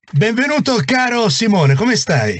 Benvenuto caro Simone, come stai?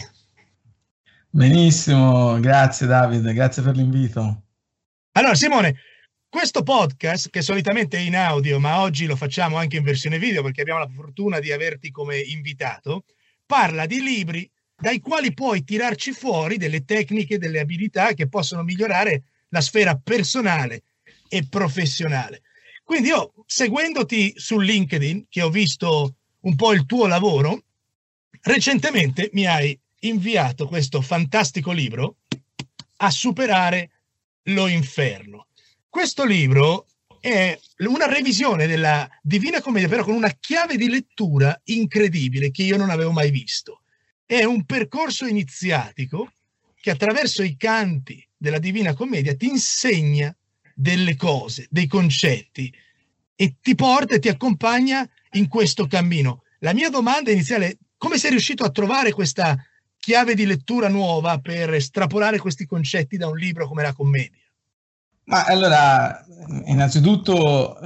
Benissimo, grazie Davide, grazie per l'invito. Allora Simone, questo podcast che solitamente è in audio, ma oggi lo facciamo anche in versione video perché abbiamo la fortuna di averti come invitato, parla di libri dai quali puoi tirarci fuori delle tecniche, delle abilità che possono migliorare la sfera personale e professionale. Quindi io, seguendoti su LinkedIn, che ho visto un po' il tuo lavoro, recentemente mi hai inviato questo fantastico libro, A superare lo inferno. Questo libro è una revisione della Divina Commedia, però con una chiave di lettura incredibile che io non avevo mai visto. È un percorso iniziatico che attraverso i canti della Divina Commedia ti insegna delle cose, dei concetti e ti porta e ti accompagna in questo cammino. La mia domanda iniziale è: come sei riuscito a trovare questa chiave di lettura nuova per estrapolare questi concetti da un libro come la commedia? Ma allora, innanzitutto,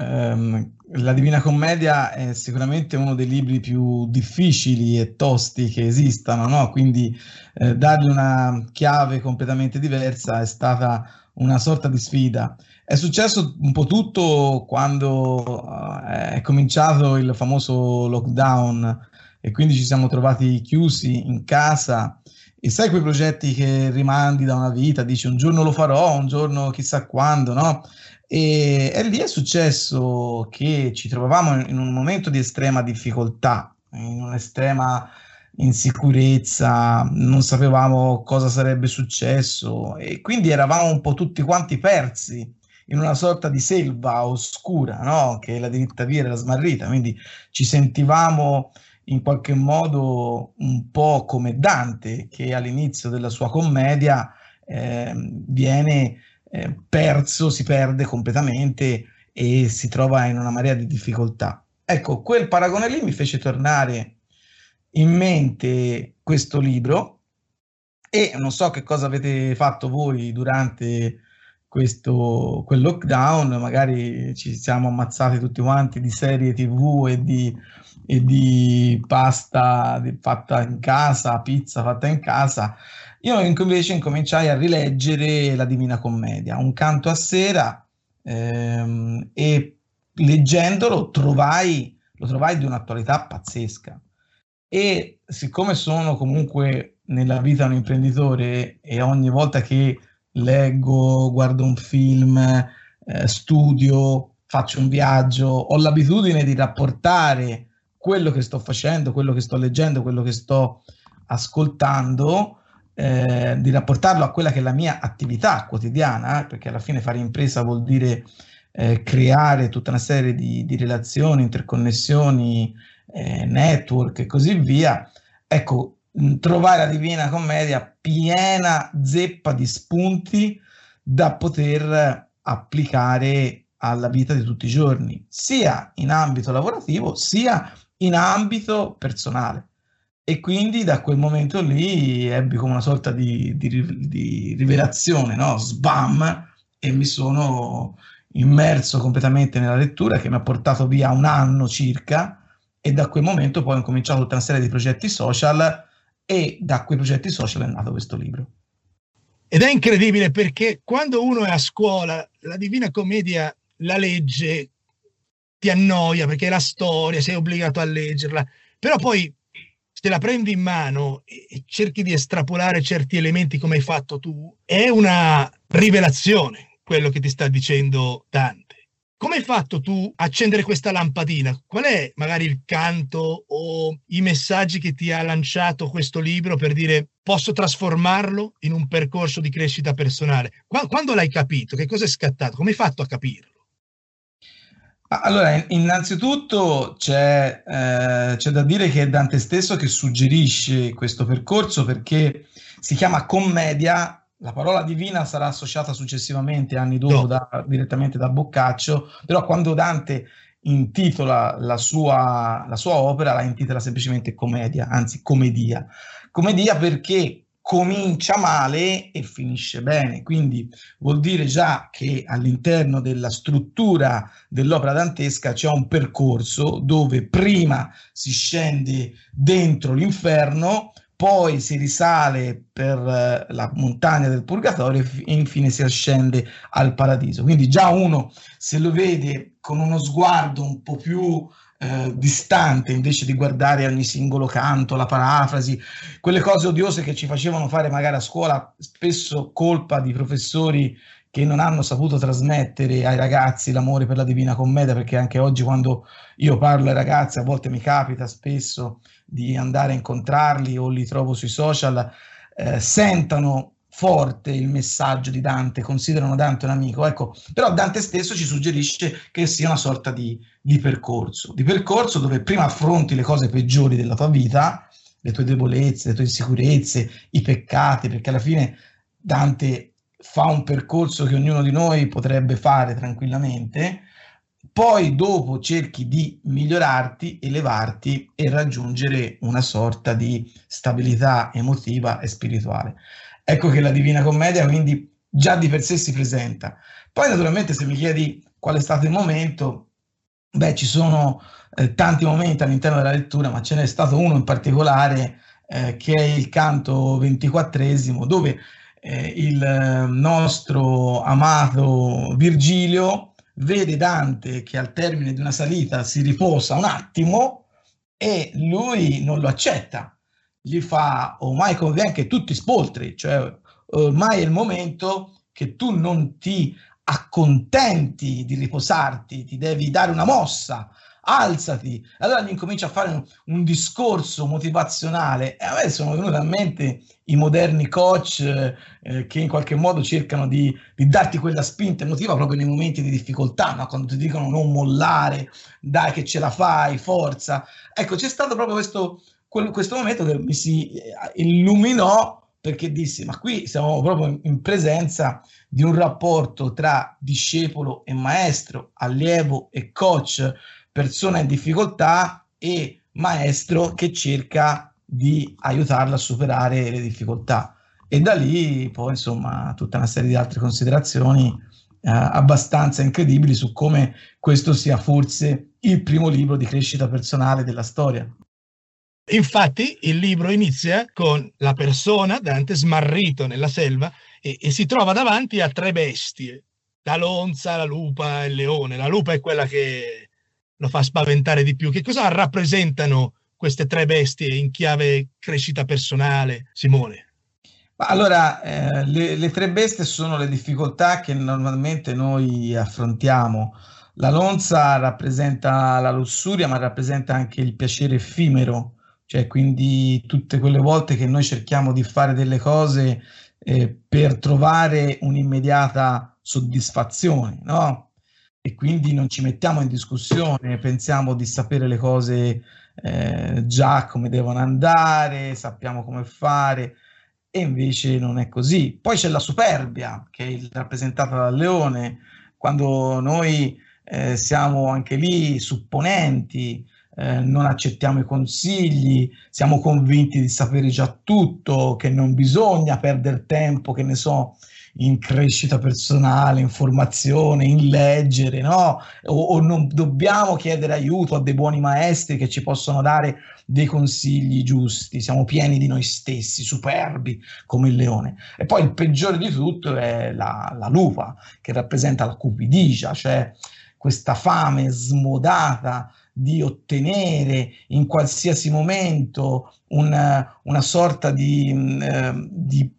la Divina Commedia è sicuramente uno dei libri più difficili e tosti che esistano, no? Quindi dargli una chiave completamente diversa è stata una sorta di sfida. È successo un po' tutto quando è cominciato il famoso lockdown e quindi ci siamo trovati chiusi in casa. E sai quei progetti che rimandi da una vita, dici un giorno lo farò, un giorno chissà quando, no? E lì è successo che ci trovavamo in un momento di estrema difficoltà, in un'estrema insicurezza, non sapevamo cosa sarebbe successo e quindi eravamo un po' tutti quanti persi in una sorta di selva oscura, no? Che la diritta via era smarrita, quindi ci sentivamo in qualche modo un po' come Dante, che all'inizio della sua commedia viene perso, si perde completamente e si trova in una marea di difficoltà. Ecco, quel paragone lì mi fece tornare in mente questo libro e non so che cosa avete fatto voi durante quel lockdown, magari ci siamo ammazzati tutti quanti di serie TV e di pasta fatta in casa, pizza fatta in casa. Io invece incominciai a rileggere la Divina Commedia, un canto a sera, e leggendolo lo trovai di un'attualità pazzesca. E siccome sono comunque nella vita un imprenditore e ogni volta che leggo, guardo un film, studio, faccio un viaggio, ho l'abitudine di rapportare quello che sto facendo, quello che sto leggendo, quello che sto ascoltando, di rapportarlo a quella che è la mia attività quotidiana, perché alla fine fare impresa vuol dire creare tutta una serie di relazioni, interconnessioni, network e così via. Ecco, trovare la Divina Commedia piena zeppa di spunti da poter applicare alla vita di tutti i giorni, sia in ambito lavorativo, sia in ambito personale. E quindi da quel momento lì ebbi come una sorta di rivelazione, no? Sbam, e mi sono immerso completamente nella lettura che mi ha portato via un anno circa e da quel momento poi ho cominciato tutta una serie di progetti social e da quei progetti social è nato questo libro. Ed è incredibile perché quando uno è a scuola, la Divina Commedia la legge, ti annoia perché è la storia, sei obbligato a leggerla, però poi se la prendi in mano e cerchi di estrapolare certi elementi come hai fatto tu, è una rivelazione quello che ti sta dicendo Dante. Come hai fatto tu a accendere questa lampadina? Qual è magari il canto o i messaggi che ti ha lanciato questo libro per dire posso trasformarlo in un percorso di crescita personale? Quando l'hai capito? Che cosa è scattato? Come hai fatto a capirlo? Allora, innanzitutto c'è da dire che è Dante stesso che suggerisce questo percorso perché si chiama commedia, la parola divina sarà associata successivamente, anni dopo, Dopo. direttamente da Boccaccio, però quando Dante intitola la sua opera, la intitola semplicemente commedia, anzi commedia. Commedia perché comincia male e finisce bene, quindi vuol dire già che all'interno della struttura dell'opera dantesca c'è un percorso dove prima si scende dentro l'inferno, poi si risale per la montagna del purgatorio e infine si ascende al paradiso. Quindi già uno, se lo vede con uno sguardo un po' più distante, invece di guardare ogni singolo canto, la parafrasi, quelle cose odiose che ci facevano fare magari a scuola, spesso colpa di professori che non hanno saputo trasmettere ai ragazzi l'amore per la Divina Commedia, perché anche oggi quando io parlo ai ragazzi, a volte mi capita spesso di andare a incontrarli o li trovo sui social, sentono forte il messaggio di Dante, considerano Dante un amico, ecco, però Dante stesso ci suggerisce che sia una sorta di percorso dove prima affronti le cose peggiori della tua vita, le tue debolezze, le tue insicurezze, i peccati, perché alla fine Dante fa un percorso che ognuno di noi potrebbe fare tranquillamente, poi dopo cerchi di migliorarti, elevarti e raggiungere una sorta di stabilità emotiva e spirituale. Ecco che la Divina Commedia quindi già di per sé si presenta. Poi naturalmente se mi chiedi qual è stato il momento, beh, ci sono tanti momenti all'interno della lettura, ma ce n'è stato uno in particolare che è il canto 24esimo, dove il nostro amato Virgilio vede Dante che al termine di una salita si riposa un attimo e lui non lo accetta. Gli fa: ormai conviene che tu ti spoltri, cioè ormai è il momento che tu non ti accontenti di riposarti, ti devi dare una mossa, alzati. Allora gli incomincia a fare un discorso motivazionale e a me sono venuti a mente i moderni coach che in qualche modo cercano di darti quella spinta emotiva proprio nei momenti di difficoltà, no? Quando ti dicono non mollare, dai che ce la fai, forza. Ecco, c'è stato proprio questo momento che mi si illuminò, perché dissi: ma qui siamo proprio in presenza di un rapporto tra discepolo e maestro, allievo e coach, persona in difficoltà e maestro che cerca di aiutarla a superare le difficoltà. E da lì poi insomma tutta una serie di altre considerazioni abbastanza incredibili su come questo sia forse il primo libro di crescita personale della storia. Infatti il libro inizia con la persona, Dante, smarrito nella selva e si trova davanti a 3 bestie, la lonza, la lupa e il leone. La lupa è quella che lo fa spaventare di più. Che cosa rappresentano queste 3 bestie in chiave crescita personale, Simone? Allora, le 3 bestie sono le difficoltà che normalmente noi affrontiamo. La lonza rappresenta la lussuria, ma rappresenta anche il piacere effimero, cioè quindi tutte quelle volte che noi cerchiamo di fare delle cose per trovare un'immediata soddisfazione, no? E quindi non ci mettiamo in discussione, pensiamo di sapere le cose già come devono andare, sappiamo come fare, e invece non è così. Poi c'è la superbia, che è rappresentata dal leone, quando noi siamo anche lì supponenti, non accettiamo i consigli, siamo convinti di sapere già tutto, che non bisogna perdere tempo, che ne so, in crescita personale, in formazione, in leggere, no? O non dobbiamo chiedere aiuto a dei buoni maestri che ci possono dare dei consigli giusti, siamo pieni di noi stessi, superbi come il leone. E poi il peggiore di tutto è la lupa, che rappresenta la cupidigia, cioè questa fame smodata di ottenere in qualsiasi momento una sorta di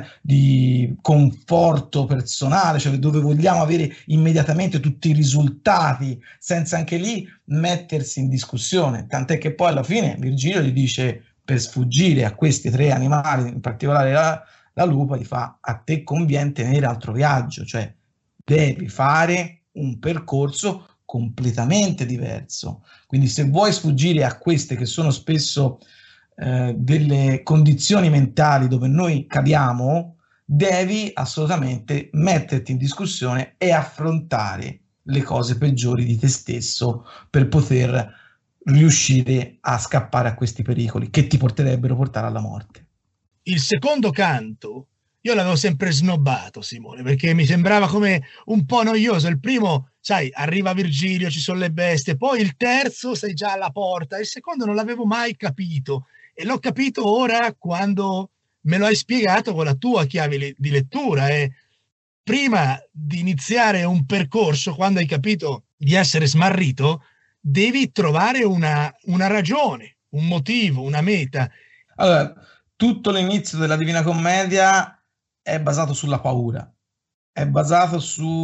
conforto personale, cioè dove vogliamo avere immediatamente tutti i risultati senza anche lì mettersi in discussione, tant'è che poi alla fine Virgilio gli dice, per sfuggire a questi 3 animali, in particolare la lupa, gli fa: a te conviene tenere altro viaggio, cioè devi fare un percorso completamente diverso. Quindi se vuoi sfuggire a queste che sono spesso delle condizioni mentali dove noi cadiamo, devi assolutamente metterti in discussione e affrontare le cose peggiori di te stesso per poter riuscire a scappare a questi pericoli che ti portare alla morte. il secondo canto io l'avevo sempre snobbato, Simone, perché mi sembrava come un po' noioso. Il primo, sai, arriva Virgilio, ci sono le bestie, poi il terzo sei già alla porta, il secondo non l'avevo mai capito e l'ho capito ora quando me lo hai spiegato con la tua chiave di lettura. E prima di iniziare un percorso, quando hai capito di essere smarrito, devi trovare una ragione, un motivo, una meta. Allora, tutto l'inizio della Divina Commedia è basato sulla paura, è basato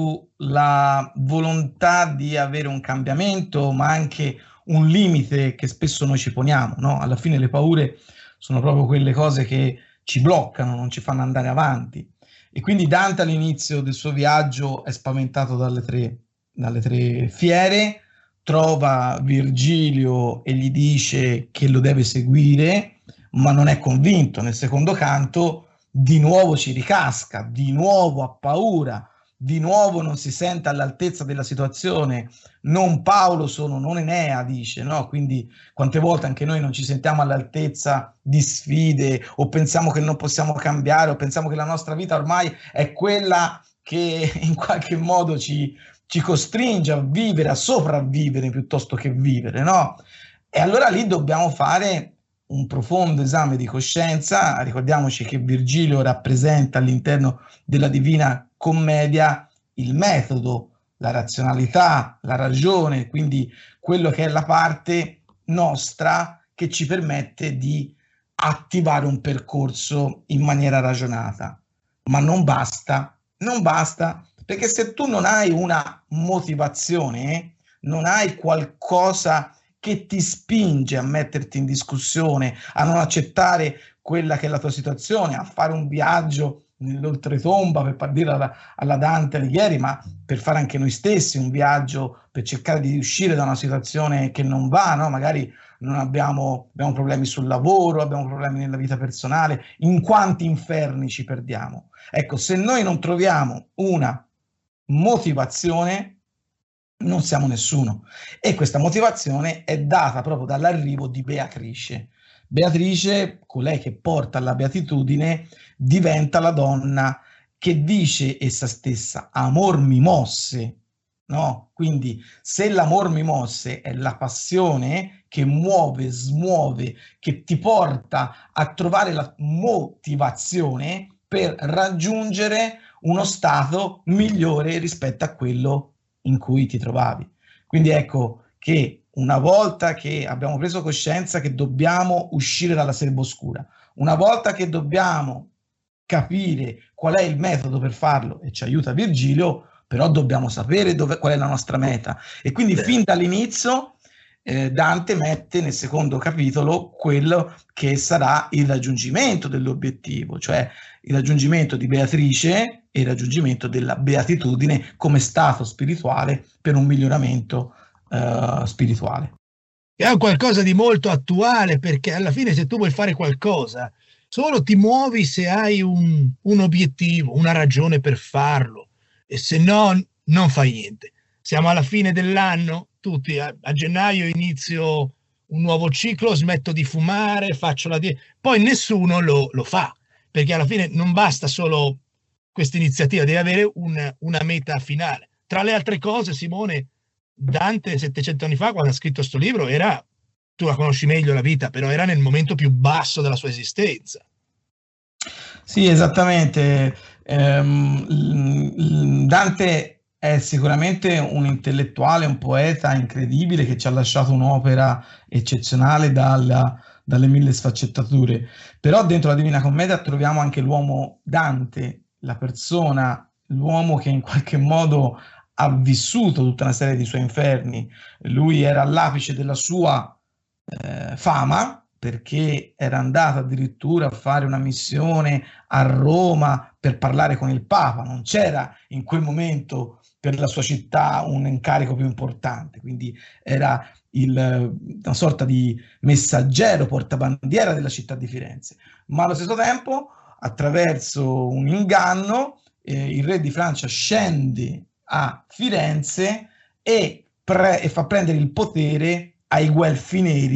sulla volontà di avere un cambiamento, ma anche un limite che spesso noi ci poniamo, no? Alla fine le paure sono proprio quelle cose che ci bloccano, non ci fanno andare avanti. E quindi Dante all'inizio del suo viaggio è spaventato dalle tre fiere, trova Virgilio e gli dice che lo deve seguire, ma non è convinto. Nel secondo canto di nuovo ci ricasca, di nuovo ha paura, di nuovo non si sente all'altezza della situazione. Non Paolo sono, non Enea, dice, no? Quindi quante volte anche noi non ci sentiamo all'altezza di sfide, o pensiamo che non possiamo cambiare, o pensiamo che la nostra vita ormai è quella che in qualche modo ci costringe a vivere, a sopravvivere piuttosto che vivere, no? E allora lì dobbiamo fare un profondo esame di coscienza. Ricordiamoci che Virgilio rappresenta all'interno della Divina Commedia il metodo, la razionalità, la ragione, quindi quello che è la parte nostra che ci permette di attivare un percorso in maniera ragionata. Ma non basta, non basta, perché se tu non hai una motivazione, non hai qualcosa che ti spinge a metterti in discussione, a non accettare quella che è la tua situazione, a fare un viaggio nell'oltretomba, per dire alla Dante Alighieri, ma per fare anche noi stessi un viaggio per cercare di uscire da una situazione che non va, no? Magari non abbiamo problemi sul lavoro, abbiamo problemi nella vita personale, in quanti inferni ci perdiamo. Ecco, se noi non troviamo una motivazione, non siamo nessuno. E questa motivazione è data proprio dall'arrivo di Beatrice. Beatrice, colei che porta alla beatitudine, diventa la donna che dice essa stessa: amor mi mosse, no? Quindi se l'amor mi mosse è la passione che muove, smuove, che ti porta a trovare la motivazione per raggiungere uno stato migliore rispetto a quello in cui ti trovavi. Quindi ecco che una volta che abbiamo preso coscienza che dobbiamo uscire dalla selva oscura, una volta che dobbiamo capire qual è il metodo per farlo, e ci aiuta Virgilio, però dobbiamo sapere qual è la nostra meta. E quindi fin dall'inizio Dante mette nel secondo capitolo quello che sarà il raggiungimento dell'obiettivo, cioè il raggiungimento di Beatrice e il raggiungimento della beatitudine come stato spirituale per un miglioramento spirituale. È un qualcosa di molto attuale, perché alla fine se tu vuoi fare qualcosa, solo ti muovi se hai un obiettivo, una ragione per farlo, e se no non fai niente. Siamo alla fine dell'anno, tutti a gennaio inizio un nuovo ciclo, smetto di fumare, faccio la dieta, poi nessuno lo fa, perché alla fine non basta solo questa iniziativa, deve avere una meta finale. Tra le altre cose, Simone, Dante 700 anni fa, quando ha scritto questo libro, tu la conosci meglio la vita, però era nel momento più basso della sua esistenza. Sì, esattamente. Dante è sicuramente un intellettuale, un poeta incredibile che ci ha lasciato un'opera eccezionale dalle mille sfaccettature. Però dentro la Divina Commedia troviamo anche l'uomo Dante, la persona, l'uomo che in qualche modo ha vissuto tutta una serie di suoi inferni. Lui era all'apice della sua fama, perché era andato addirittura a fare una missione a Roma per parlare con il Papa. Non c'era in quel momento per la sua città un incarico più importante, quindi era una sorta di messaggero, portabandiera della città di Firenze. Ma allo stesso tempo, attraverso un inganno, il re di Francia scende a Firenze e fa prendere il potere ai guelfi neri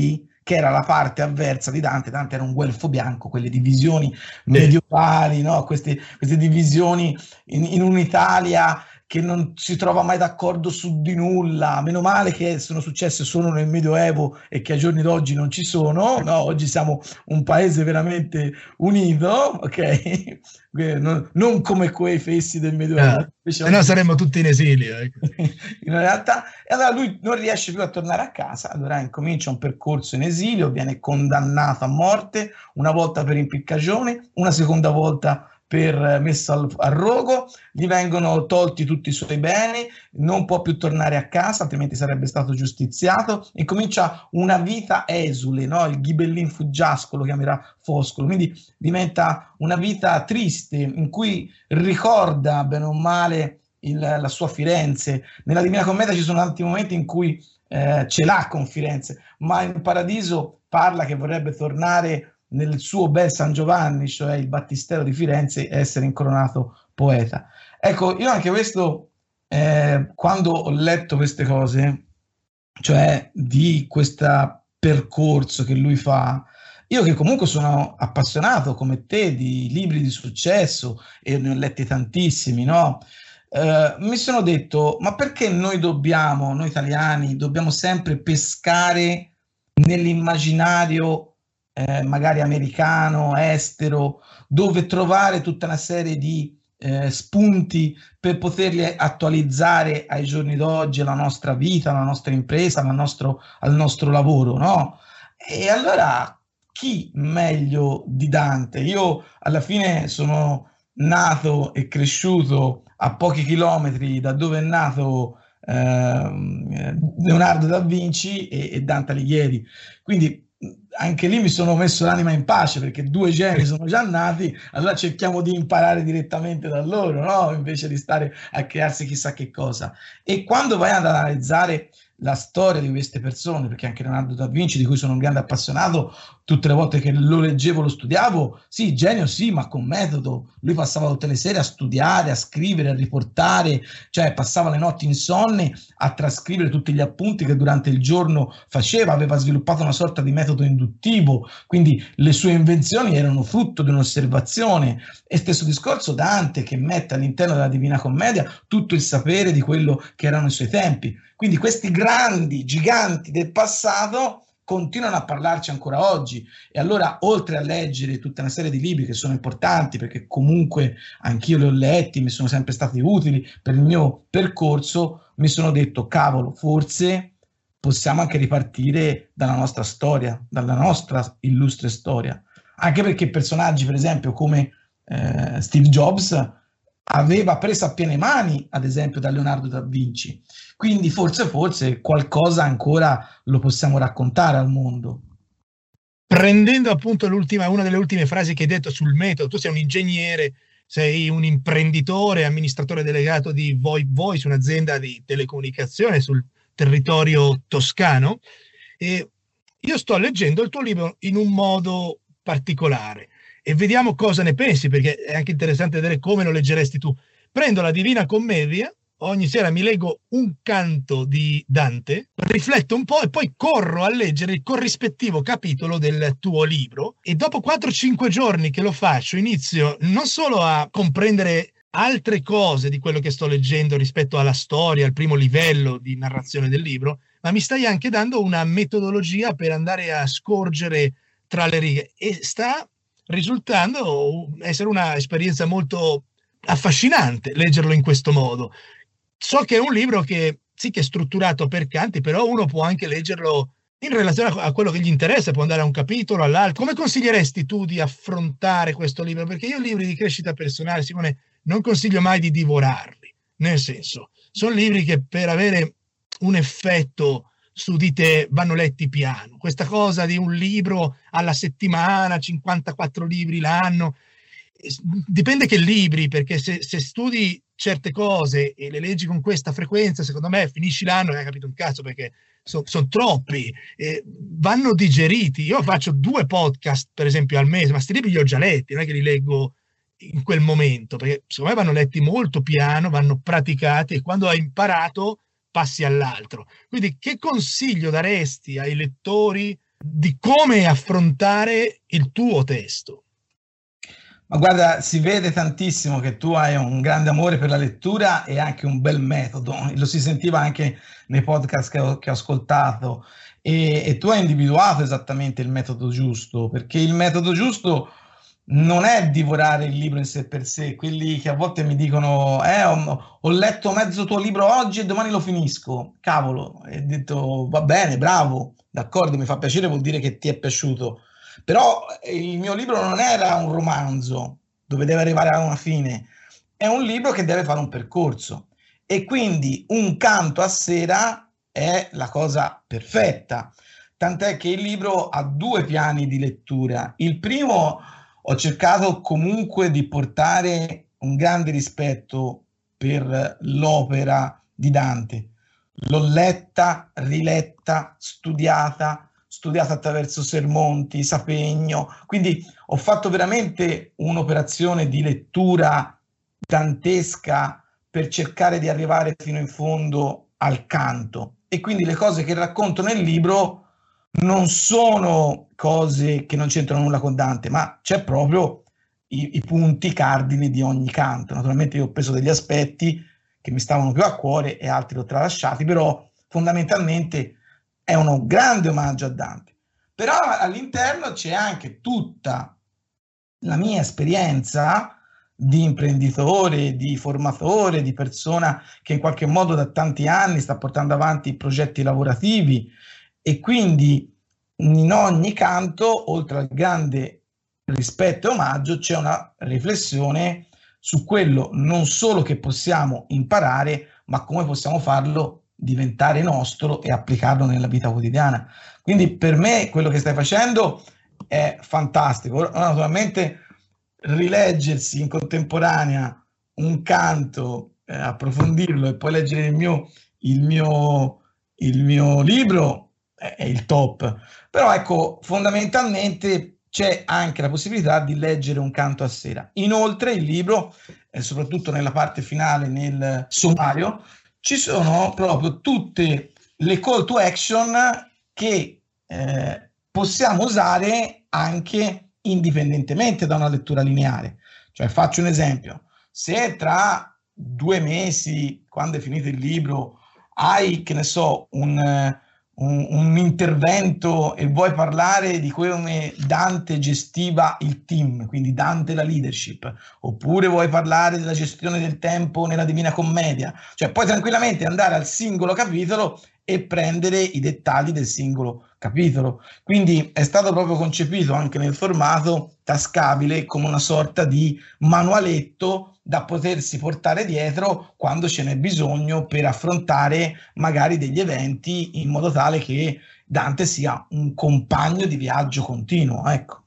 che era la parte avversa di Dante. Dante era un guelfo bianco, quelle divisioni medievali, no? Queste divisioni in un'Italia che non si trova mai d'accordo su di nulla. Meno male che sono successe solo nel Medioevo e che ai giorni d'oggi non ci sono, no? Oggi siamo un paese veramente unito, ok? Non come quei fessi del Medioevo. Se no saremmo tutti in esilio. In realtà, e allora lui non riesce più a tornare a casa, allora incomincia un percorso in esilio, viene condannato a morte, una volta per impiccagione, una seconda volta per messo al rogo, gli vengono tolti tutti i suoi beni, non può più tornare a casa, altrimenti sarebbe stato giustiziato, e comincia una vita esule, no? Il ghibellin fuggiasco lo chiamerà Foscolo, quindi diventa una vita triste in cui ricorda bene o male la sua Firenze. Nella Divina Commedia ci sono tanti momenti in cui ce l'ha con Firenze, ma in Paradiso parla che vorrebbe tornare nel suo bel San Giovanni, cioè il Battistero di Firenze, essere incoronato poeta. Ecco, io anche questo, quando ho letto queste cose, cioè di questo percorso che lui fa, io che comunque sono appassionato come te di libri di successo e ne ho letti tantissimi, no? Mi sono detto, ma perché noi italiani, dobbiamo sempre pescare nell'immaginario magari americano, estero, dove trovare tutta una serie di spunti per poterli attualizzare ai giorni d'oggi, alla nostra vita, alla nostra impresa, al nostro lavoro, no? E allora chi meglio di Dante? Io alla fine sono nato e cresciuto a pochi chilometri da dove è nato Leonardo da Vinci e Dante Alighieri, quindi anche lì mi sono messo l'anima in pace, perché due geni sono già nati, allora cerchiamo di imparare direttamente da loro, no? Invece di stare a crearsi chissà che cosa. E quando vai ad analizzare la storia di queste persone, perché anche Leonardo da Vinci, di cui sono un grande appassionato, tutte le volte che lo leggevo, lo studiavo, sì, genio sì, ma con metodo. Lui passava tutte le sere a studiare, a scrivere, a riportare, cioè passava le notti insonni a trascrivere tutti gli appunti che durante il giorno faceva, aveva sviluppato una sorta di metodo induttivo, quindi le sue invenzioni erano frutto di un'osservazione. E stesso discorso Dante, che mette all'interno della Divina Commedia tutto il sapere di quello che erano i suoi tempi. Quindi questi grandi giganti del passato continuano a parlarci ancora oggi. E allora, oltre a leggere tutta una serie di libri che sono importanti, perché comunque anch'io li ho letti, mi sono sempre stati utili per il mio percorso, mi sono detto, cavolo, forse possiamo anche ripartire dalla nostra storia, dalla nostra illustre storia. Anche perché personaggi, per esempio, come Steve Jobs, aveva preso a piene mani, ad esempio, da Leonardo da Vinci. Quindi forse qualcosa ancora lo possiamo raccontare al mondo. Prendendo appunto una delle ultime frasi che hai detto sul metodo, tu sei un ingegnere, sei un imprenditore, amministratore delegato di VoIP Voice, un'azienda di telecomunicazione sul territorio toscano, e io sto leggendo il tuo libro in un modo particolare e vediamo cosa ne pensi, perché è anche interessante vedere come lo leggeresti tu. Prendo la Divina Commedia, ogni sera mi leggo un canto di Dante, rifletto un po' e poi corro a leggere il corrispettivo capitolo del tuo libro, e dopo 4-5 giorni che lo faccio inizio non solo a comprendere altre cose di quello che sto leggendo rispetto alla storia, al primo livello di narrazione del libro, ma mi stai anche dando una metodologia per andare a scorgere tra le righe, e sta risultando essere un'esperienza molto affascinante leggerlo in questo modo. So che è un libro che sì che è strutturato per canti, però uno può anche leggerlo in relazione a quello che gli interessa, può andare a un capitolo, all'altro. Come consiglieresti tu di affrontare questo libro? Perché io libri di crescita personale, Simone, non consiglio mai di divorarli, nel senso, sono libri che per avere un effetto su di te vanno letti piano. Questa cosa di un libro alla settimana, 54 libri l'anno, dipende che libri, perché se studi certe cose e le leggi con questa frequenza, secondo me finisci l'anno e hai capito un cazzo, perché sono troppi, vanno digeriti. Io faccio 2 podcast per esempio al mese, ma questi libri li ho già letti, non è che li leggo in quel momento, perché secondo me vanno letti molto piano, vanno praticati, e quando hai imparato passi all'altro. Quindi che consiglio daresti ai lettori di come affrontare il tuo testo. Ma guarda, si vede tantissimo che tu hai un grande amore per la lettura e anche un bel metodo, lo si sentiva anche nei podcast che ho ascoltato, e tu hai individuato esattamente il metodo giusto, perché il metodo giusto non è divorare il libro in sé per sé. Quelli che a volte mi dicono ho letto mezzo tuo libro oggi e domani lo finisco, cavolo, e ho detto va bene, bravo, d'accordo, mi fa piacere, vuol dire che ti è piaciuto. Però il mio libro non era un romanzo dove deve arrivare a una fine, è un libro che deve fare un percorso, e quindi un canto a sera è la cosa perfetta, tant'è che il libro ha due piani di lettura. Il primo, ho cercato comunque di portare un grande rispetto per l'opera di Dante. L'ho letta, riletta, studiata attraverso Sermonti, Sapegno, quindi ho fatto veramente un'operazione di lettura dantesca per cercare di arrivare fino in fondo al canto, e quindi le cose che racconto nel libro non sono cose che non c'entrano nulla con Dante, ma c'è proprio i punti cardini di ogni canto. Naturalmente io ho preso degli aspetti che mi stavano più a cuore e altri li ho tralasciati, però fondamentalmente è un grande omaggio a Dante. Però all'interno c'è anche tutta la mia esperienza di imprenditore, di formatore, di persona che in qualche modo da tanti anni sta portando avanti progetti lavorativi, e quindi in ogni canto, oltre al grande rispetto e omaggio, c'è una riflessione su quello non solo che possiamo imparare, ma come possiamo farlo diventare nostro e applicarlo nella vita quotidiana. Quindi per me quello che stai facendo è fantastico. Naturalmente rileggersi in contemporanea un canto, approfondirlo e poi leggere il mio libro è il top. Però ecco, fondamentalmente c'è anche la possibilità di leggere un canto a sera. Inoltre il libro, soprattutto nella parte finale, nel sommario, ci sono proprio tutte le call to action che possiamo usare anche indipendentemente da una lettura lineare. Cioè, faccio un esempio: se tra 2 mesi, quando è finito il libro, hai, che ne so, un intervento e vuoi parlare di come Dante gestiva il team, quindi Dante la leadership, oppure vuoi parlare della gestione del tempo nella Divina Commedia, cioè puoi tranquillamente andare al singolo capitolo e prendere i dettagli del singolo capitolo. Quindi è stato proprio concepito anche nel formato tascabile come una sorta di manualetto da potersi portare dietro quando ce n'è bisogno per affrontare magari degli eventi, in modo tale che Dante sia un compagno di viaggio continuo, ecco.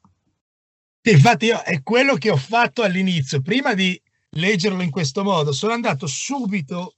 Infatti io è quello che ho fatto all'inizio, prima di leggerlo in questo modo, sono andato subito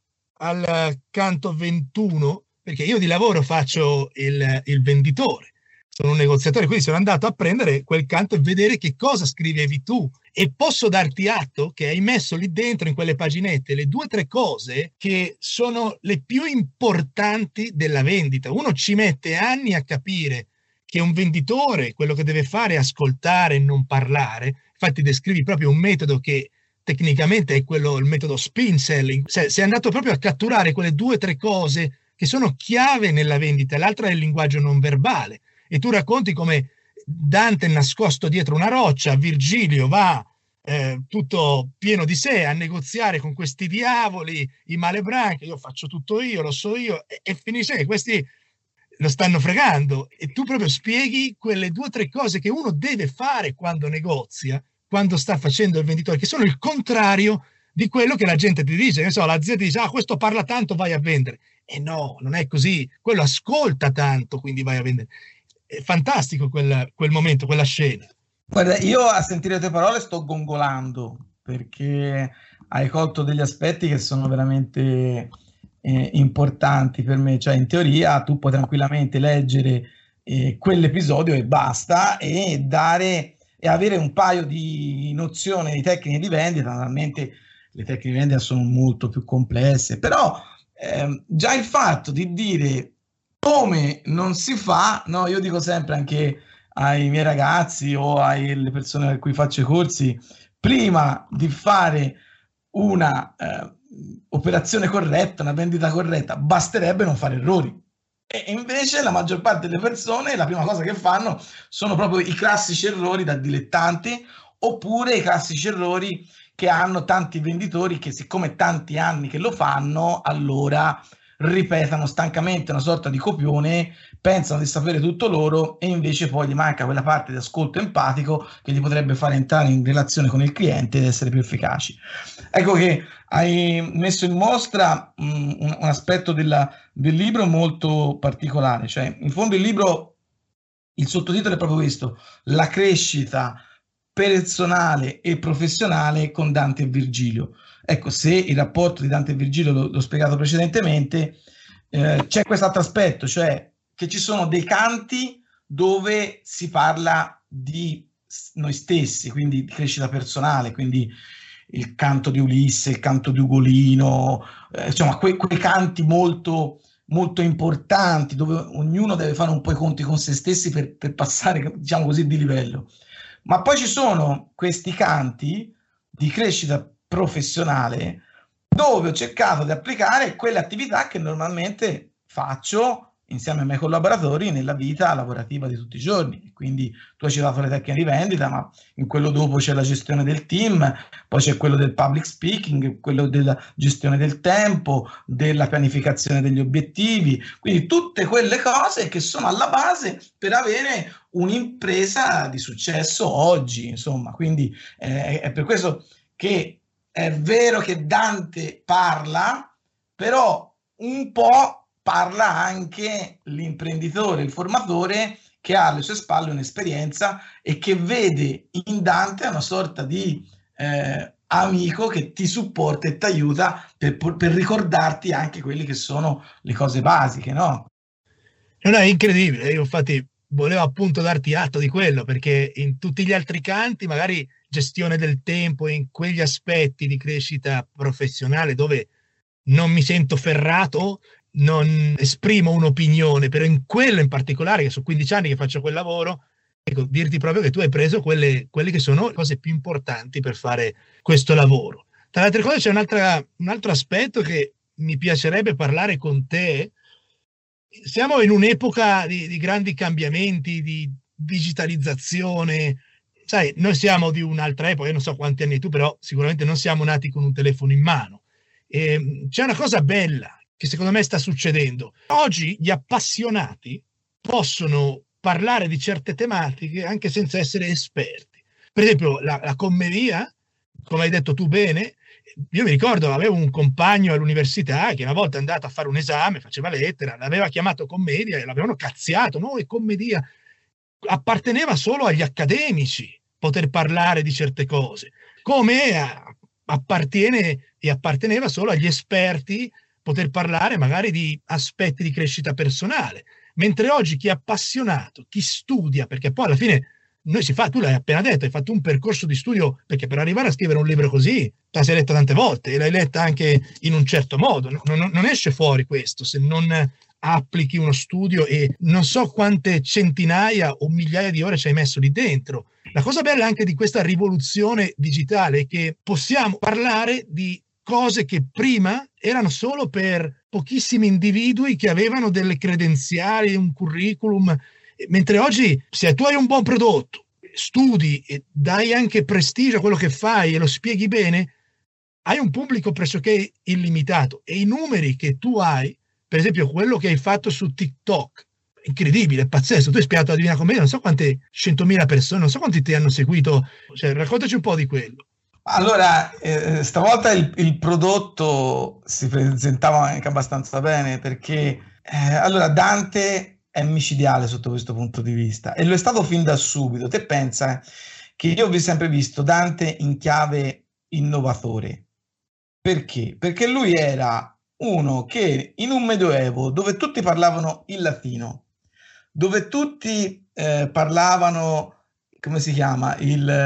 al canto 21, perché io di lavoro faccio il venditore, sono un negoziatore, quindi sono andato a prendere quel canto e vedere che cosa scrivevi tu, e posso darti atto che hai messo lì dentro, in quelle paginette, le 2 o 3 cose che sono le più importanti della vendita. Uno ci mette anni a capire che un venditore quello che deve fare è ascoltare e non parlare. Infatti descrivi proprio un metodo che tecnicamente è quello, il metodo spin selling. Sei andato proprio a catturare quelle 2 o 3 cose che sono chiave nella vendita. L'altra è il linguaggio non verbale, e tu racconti come Dante è nascosto dietro una roccia, Virgilio va tutto pieno di sé a negoziare con questi diavoli, i malebranche, io faccio tutto io, lo so io, e finisce che questi lo stanno fregando, e tu proprio spieghi quelle 2 o 3 cose che uno deve fare quando negozia, quando sta facendo il venditore, che sono il contrario di quello che la gente ti dice. Ne so, l'azienda dice: ah, questo parla tanto, vai a vendere. E no, non è così. Quello ascolta tanto, quindi vai a vendere. È fantastico quel momento, quella scena. Guarda, io a sentire le tue parole sto gongolando, perché hai colto degli aspetti che sono veramente importanti per me. Cioè, in teoria tu puoi tranquillamente leggere quell'episodio e basta, e dare e avere un paio di nozioni di tecniche di vendita. Naturalmente le tecniche di vendita sono molto più complesse, però già il fatto di dire Come non si fa, no? Io dico sempre anche ai miei ragazzi o alle persone a cui faccio i corsi, prima di fare una operazione corretta, una vendita corretta, basterebbe non fare errori. E invece la maggior parte delle persone la prima cosa che fanno sono proprio i classici errori da dilettanti, oppure i classici errori che hanno tanti venditori che, siccome tanti anni che lo fanno, allora ripetano stancamente una sorta di copione, pensano di sapere tutto loro e invece poi gli manca quella parte di ascolto empatico che gli potrebbe fare entrare in relazione con il cliente ed essere più efficaci. Ecco che hai messo in mostra un aspetto del libro molto particolare, cioè in fondo il libro, il sottotitolo è proprio questo: la crescita personale e professionale con Dante e Virgilio. Ecco, se il rapporto di Dante e Virgilio l'ho spiegato precedentemente, c'è quest'altro aspetto, cioè che ci sono dei canti dove si parla di noi stessi, quindi di crescita personale, quindi il canto di Ulisse, il canto di Ugolino, insomma quei canti molto molto importanti dove ognuno deve fare un po' i conti con se stessi per passare, diciamo così, di livello. Ma poi ci sono questi canti di crescita professionale dove ho cercato di applicare quelle attività che normalmente faccio insieme ai miei collaboratori nella vita lavorativa di tutti i giorni. Quindi tu hai citato le tecniche di vendita, ma in quello dopo c'è la gestione del team, poi c'è quello del public speaking, quello della gestione del tempo, della pianificazione degli obiettivi, quindi tutte quelle cose che sono alla base per avere un'impresa di successo oggi, insomma. Quindi è per questo che è vero che Dante parla, però un po' parla anche l'imprenditore, il formatore che ha alle sue spalle un'esperienza e che vede in Dante una sorta di amico che ti supporta e ti aiuta per ricordarti anche quelle che sono le cose basiche, no? Non è incredibile, io infatti volevo appunto darti atto di quello, perché in tutti gli altri canti, magari gestione del tempo, in quegli aspetti di crescita professionale dove non mi sento ferrato, non esprimo un'opinione, però in quello in particolare, che sono 15 anni che faccio quel lavoro, ecco, dirti proprio che tu hai preso quelle che sono le cose più importanti per fare questo lavoro. Tra le altre cose c'è un altro aspetto che mi piacerebbe parlare con te. Siamo in un'epoca di grandi cambiamenti, di digitalizzazione. Sai, noi siamo di un'altra epoca, io non so quanti anni hai tu, però sicuramente non siamo nati con un telefono in mano. C'è una cosa bella che secondo me sta succedendo. Oggi gli appassionati possono parlare di certe tematiche anche senza essere esperti. Per esempio, la commedia, come hai detto tu bene, io mi ricordo, avevo un compagno all'università che una volta è andato a fare un esame, faceva lettera, l'aveva chiamato commedia e l'avevano cazziato, no, è commedia. Apparteneva solo agli accademici poter parlare di certe cose, come appartiene e apparteneva solo agli esperti poter parlare magari di aspetti di crescita personale. Mentre oggi chi è appassionato, chi studia, perché poi alla fine noi si fa, tu l'hai appena detto, hai fatto un percorso di studio, perché per arrivare a scrivere un libro così, la sei letta tante volte e l'hai letta anche in un certo modo, non esce fuori questo se non applichi uno studio e non so quante centinaia o migliaia di ore ci hai messo lì dentro. La cosa bella anche di questa rivoluzione digitale è che possiamo parlare di cose che prima erano solo per pochissimi individui che avevano delle credenziali, un curriculum, mentre oggi se tu hai un buon prodotto, studi e dai anche prestigio a quello che fai e lo spieghi bene, hai un pubblico pressoché illimitato e i numeri che tu hai, per esempio quello che hai fatto su TikTok, incredibile, è pazzesco. Tu hai spiegato la Divina Commedia, non so quante 100.000 persone, non so quanti ti hanno seguito, cioè, raccontaci un po' di quello. Allora, stavolta il prodotto si presentava anche abbastanza bene perché allora Dante è micidiale sotto questo punto di vista e lo è stato fin da subito. Te pensa che io ho sempre visto Dante in chiave innovatore. Perché? Perché lui era uno che in un medioevo dove tutti parlavano il latino, dove tutti parlavano, come si chiama,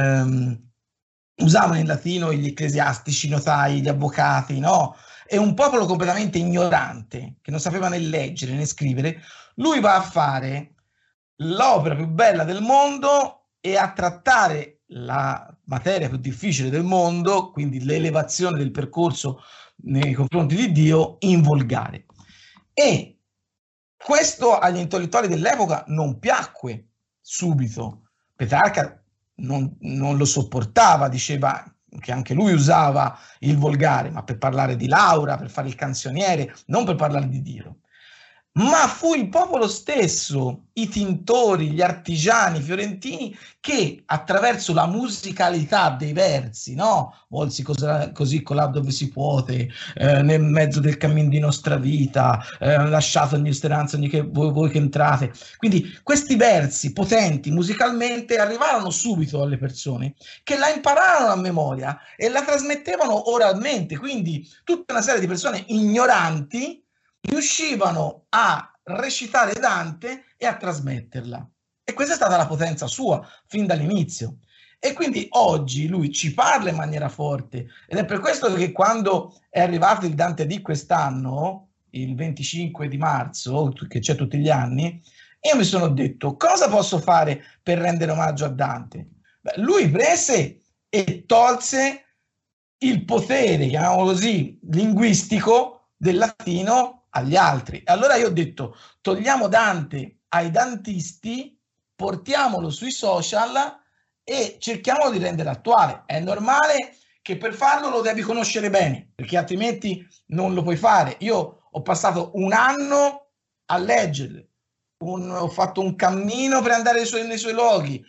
usavano il latino gli ecclesiastici, i notai, gli avvocati, no? È un popolo completamente ignorante, che non sapeva né leggere né scrivere. Lui va a fare l'opera più bella del mondo e a trattare la materia più difficile del mondo, quindi l'elevazione del percorso nei confronti di Dio, in volgare. E questo agli intellettuali dell'epoca non piacque subito. Petrarca non lo sopportava, diceva che anche lui usava il volgare, ma per parlare di Laura, per fare il canzoniere, non per parlare di Dio. Ma fu il popolo stesso, i tintori, gli artigiani fiorentini, che attraverso la musicalità dei versi, no? Volsi così colà dove si puote, nel mezzo del cammin di nostra vita, lasciate ogni speranza, voi che entrate. Quindi questi versi potenti musicalmente arrivarono subito alle persone, che la impararono a memoria e la trasmettevano oralmente. Quindi tutta una serie di persone ignoranti riuscivano a recitare Dante e a trasmetterla. E questa è stata la potenza sua fin dall'inizio. E quindi oggi lui ci parla in maniera forte, ed è per questo che quando è arrivato il Dante di quest'anno, il 25 di marzo, che c'è tutti gli anni, io mi sono detto: cosa posso fare per rendere omaggio a Dante? Beh, lui prese e tolse il potere, chiamiamolo così, linguistico del latino agli altri. Allora io ho detto: togliamo Dante ai dantisti, portiamolo sui social e cerchiamo di renderlo attuale. È normale che per farlo lo devi conoscere bene, perché altrimenti non lo puoi fare. Io ho passato un anno a leggerlo, ho fatto un cammino per andare nei suoi luoghi.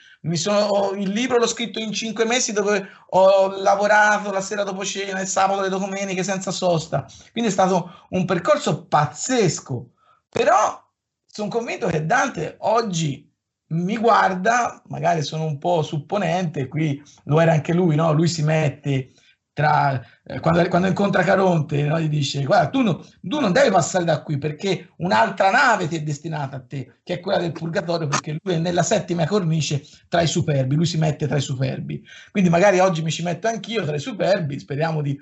Il libro l'ho scritto in 5 mesi, dove ho lavorato la sera dopo cena, il sabato, le domeniche senza sosta. Quindi è stato un percorso pazzesco. Però sono convinto che Dante oggi mi guarda, magari sono un po' supponente, qui lo era anche lui, no? Lui si mette tra quando incontra Caronte, no? Gli dice: guarda, tu non devi passare da qui, perché un'altra nave ti è destinata a te, che è quella del Purgatorio, perché lui è nella settima cornice tra i superbi, lui si mette tra i superbi. Quindi magari oggi mi ci metto anch'io tra i superbi, speriamo di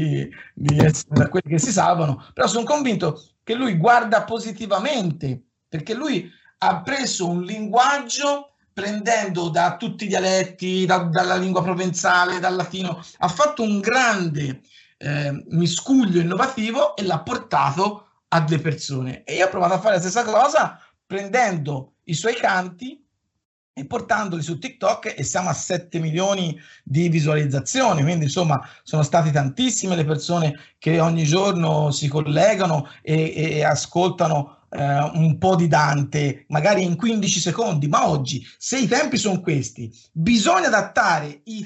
essere da quelli che si salvano, però sono convinto che lui guarda positivamente, perché lui ha preso un linguaggio prendendo da tutti i dialetti, dalla lingua provenzale, dal latino, ha fatto un grande miscuglio innovativo e l'ha portato a delle persone. E io ho provato a fare la stessa cosa prendendo i suoi canti e portandoli su TikTok, e siamo a 7 milioni di visualizzazioni, quindi insomma sono state tantissime le persone che ogni giorno si collegano e ascoltano un po' di Dante, magari in 15 secondi. Ma oggi, se i tempi sono questi, bisogna adattare i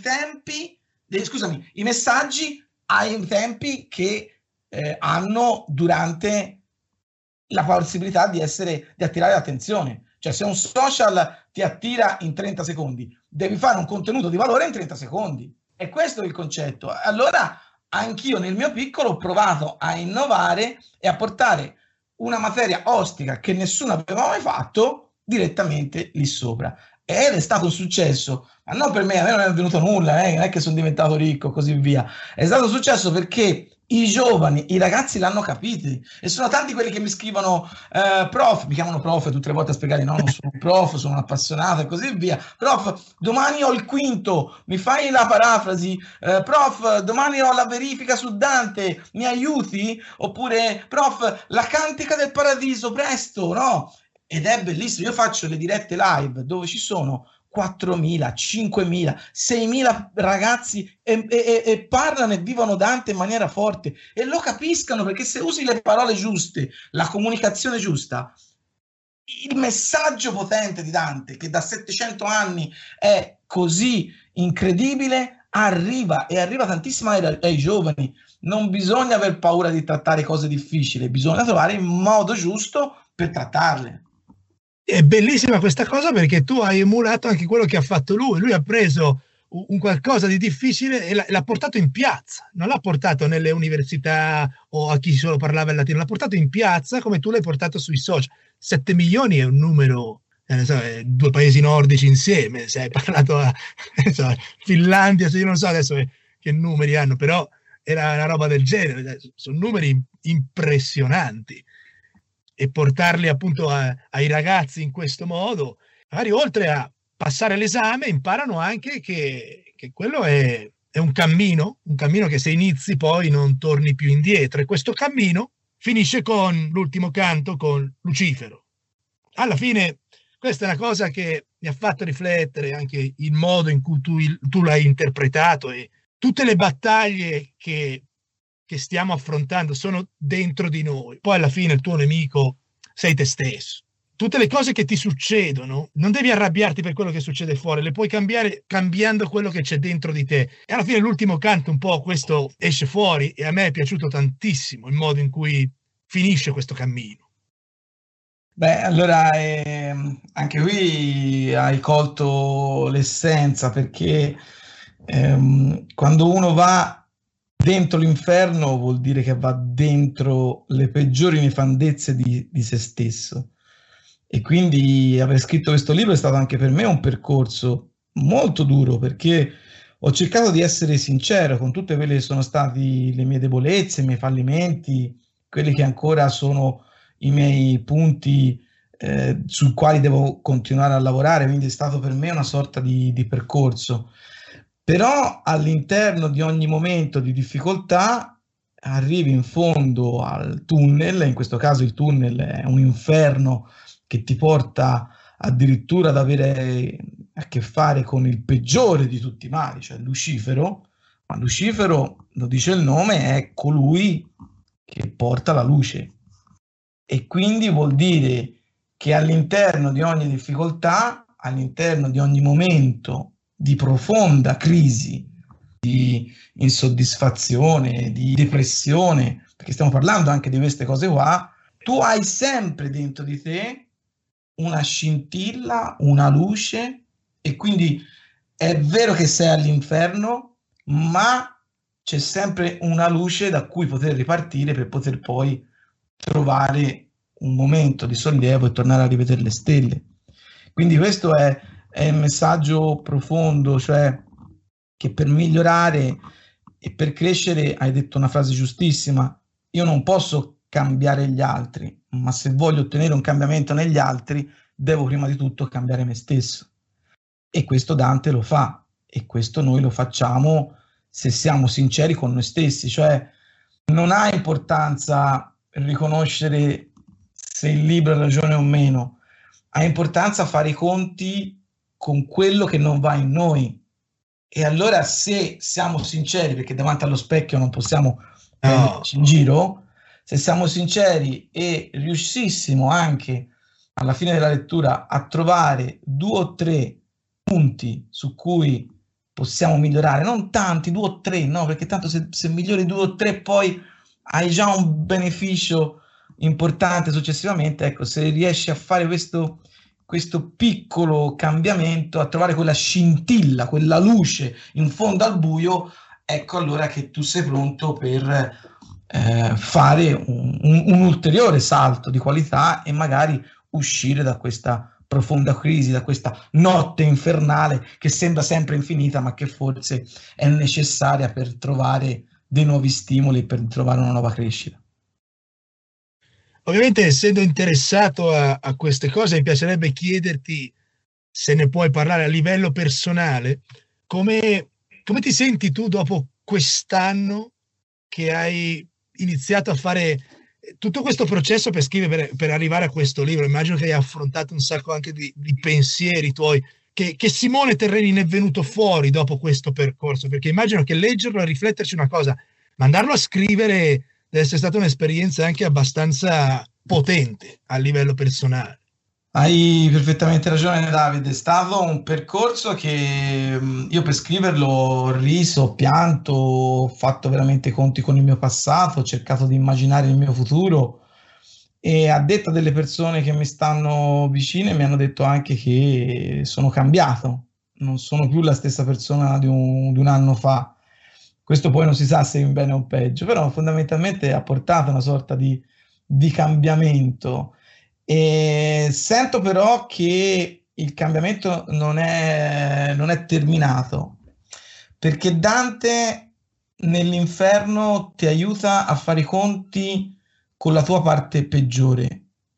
messaggi ai tempi che hanno durante la possibilità di attirare l'attenzione. Cioè, se un social ti attira in 30 secondi, devi fare un contenuto di valore in 30 secondi. E questo è il concetto. Allora, anch'io nel mio piccolo ho provato a innovare e a portare una materia ostica che nessuno aveva mai fatto direttamente lì sopra. Ed è stato un successo, ma non per me, a me non è venuto nulla, non è che sono diventato ricco, così via. È stato un successo perché i giovani, i ragazzi l'hanno capito, e sono tanti quelli che mi scrivono: prof, mi chiamano prof tutte le volte a spiegare: no, non sono un prof, sono un appassionato e così via. Prof, domani ho il quinto, mi fai la parafrasi? Prof, domani ho la verifica su Dante, mi aiuti? Oppure: prof, la cantica del paradiso, presto, no? Ed è bellissimo. Io faccio le dirette live dove ci sono 4.000, 5.000, 6.000 ragazzi e parlano e vivono Dante in maniera forte, e lo capiscano, perché se usi le parole giuste, la comunicazione giusta, il messaggio potente di Dante, che da 700 anni è così incredibile, arriva tantissimo ai giovani. Non bisogna aver paura di trattare cose difficili, bisogna trovare il modo giusto per trattarle. È bellissima questa cosa, perché tu hai emulato anche quello che ha fatto lui. Lui ha preso un qualcosa di difficile e l'ha portato in piazza, non l'ha portato nelle università o a chi solo parlava il latino, l'ha portato in piazza come tu l'hai portato sui social. 7 milioni è un numero, 2 paesi nordici insieme, se hai parlato a Finlandia, io non so adesso che numeri hanno, però era una roba del genere, sono numeri impressionanti. e portarli appunto ai ragazzi in questo modo, magari oltre a passare l'esame imparano anche che quello è un cammino che se inizi poi non torni più indietro, e questo cammino finisce con l'ultimo canto, con Lucifero. Alla fine questa è una cosa che mi ha fatto riflettere, anche il modo in cui tu l'hai interpretato, e tutte le battaglie che stiamo affrontando sono dentro di noi. Poi alla fine il tuo nemico sei te stesso. Tutte le cose che ti succedono, non devi arrabbiarti per quello che succede fuori, le puoi cambiare cambiando quello che c'è dentro di te. E alla fine l'ultimo canto un po' questo esce fuori, e a me è piaciuto tantissimo il modo in cui finisce questo cammino. Beh, allora anche qui hai colto l'essenza, perché quando uno va dentro l'inferno vuol dire che va dentro le peggiori nefandezze di se stesso. E quindi aver scritto questo libro è stato anche per me un percorso molto duro, perché ho cercato di essere sincero con tutte quelle che sono state le mie debolezze, i miei fallimenti, quelli che ancora sono i miei punti sui quali devo continuare a lavorare. Quindi è stato per me una sorta di percorso. Però all'interno di ogni momento di difficoltà arrivi in fondo al tunnel, in questo caso il tunnel è un inferno che ti porta addirittura ad avere a che fare con il peggiore di tutti i mali, cioè Lucifero. Ma Lucifero, lo dice il nome, è colui che porta la luce, e quindi vuol dire che all'interno di ogni difficoltà, all'interno di ogni momento di profonda crisi, di insoddisfazione, di depressione, perché stiamo parlando anche di queste cose qua, tu hai sempre dentro di te una scintilla, una luce, e quindi è vero che sei all'inferno, ma c'è sempre una luce da cui poter ripartire per poter poi trovare un momento di sollievo e tornare a rivedere le stelle. Quindi questo è il messaggio profondo, cioè che per migliorare e per crescere, hai detto una frase giustissima, io non posso cambiare gli altri, ma se voglio ottenere un cambiamento negli altri, devo prima di tutto cambiare me stesso. E questo Dante lo fa, e questo noi lo facciamo se siamo sinceri con noi stessi, cioè non ha importanza riconoscere se il libro ha ragione o meno, ha importanza fare i conti con quello che non va in noi. E allora, se siamo sinceri, perché davanti allo specchio non possiamo prenderci in giro, se siamo sinceri e riuscissimo anche alla fine della lettura a trovare 2 o 3 punti su cui possiamo migliorare, non tanti, 2 o 3, no, perché tanto se migliori 2 o 3 poi hai già un beneficio importante successivamente. Ecco, se riesci a fare questo piccolo cambiamento, a trovare quella scintilla, quella luce in fondo al buio, ecco allora che tu sei pronto per fare un ulteriore salto di qualità e magari uscire da questa profonda crisi, da questa notte infernale che sembra sempre infinita, ma che forse è necessaria per trovare dei nuovi stimoli, per trovare una nuova crescita. Ovviamente, essendo interessato a queste cose, mi piacerebbe chiederti, se ne puoi parlare a livello personale, come ti senti tu dopo quest'anno che hai iniziato a fare tutto questo processo per scrivere, per arrivare a questo libro. Immagino che hai affrontato un sacco anche di pensieri tuoi. Che Simone Terreni ne è venuto fuori dopo questo percorso? Perché immagino che leggerlo e rifletterci una cosa, ma andarlo a scrivere deve essere stata un'esperienza anche abbastanza potente a livello personale. Hai perfettamente ragione, Davide. È stato un percorso che io per scriverlo ho riso, ho pianto, ho fatto veramente conti con il mio passato, ho cercato di immaginare il mio futuro, e a detta delle persone che mi stanno vicine mi hanno detto anche che sono cambiato, non sono più la stessa persona di un anno fa. Questo poi non si sa se in bene o peggio, però fondamentalmente ha portato una sorta di cambiamento. E sento però che il cambiamento non è terminato, perché Dante nell'inferno ti aiuta a fare i conti con la tua parte peggiore,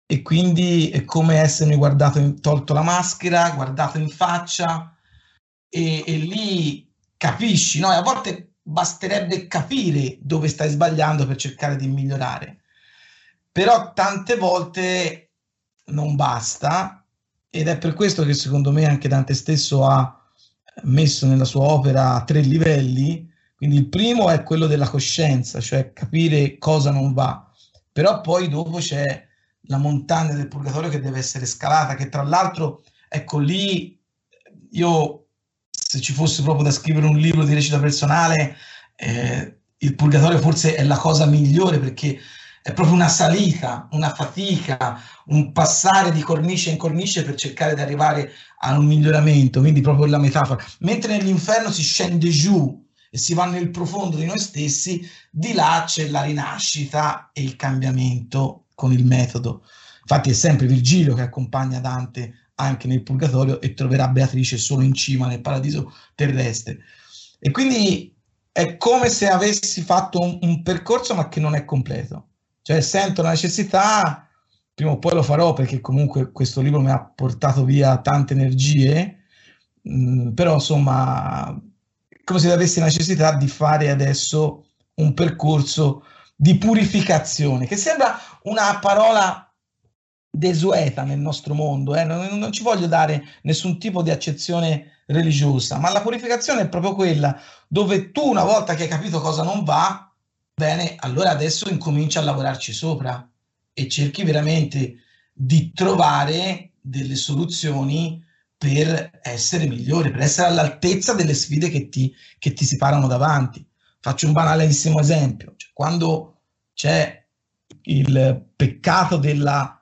e quindi è come essermi tolto la maschera, guardato in faccia e lì capisci, no? E a volte basterebbe capire dove stai sbagliando per cercare di migliorare, però tante volte non basta, ed è per questo che secondo me anche Dante stesso ha messo nella sua opera 3 livelli. Quindi il primo è quello della coscienza, cioè capire cosa non va, però poi dopo c'è la montagna del purgatorio che deve essere scalata, che tra l'altro, ecco lì, io se ci fosse proprio da scrivere un libro di recita personale, il purgatorio forse è la cosa migliore, perché è proprio una salita, una fatica, un passare di cornice in cornice per cercare di arrivare a un miglioramento, quindi proprio la metafora. Mentre nell'inferno si scende giù e si va nel profondo di noi stessi, di là c'è la rinascita e il cambiamento con il metodo. Infatti è sempre Virgilio che accompagna Dante anche nel purgatorio e troverà Beatrice solo in cima nel paradiso terrestre. E quindi è come se avessi fatto un percorso ma che non è completo. Cioè sento la necessità, prima o poi lo farò perché comunque questo libro mi ha portato via tante energie, però insomma come se avessi la necessità di fare adesso un percorso di purificazione, che sembra una parola desueta nel nostro mondo, non ci voglio dare nessun tipo di accezione religiosa, ma la purificazione è proprio quella dove tu, una volta che hai capito cosa non va, bene, allora adesso incominci a lavorarci sopra e cerchi veramente di trovare delle soluzioni per essere migliore, per essere all'altezza delle sfide che ti si parano davanti. Faccio un banalissimo esempio, cioè, quando c'è il peccato dell'ira,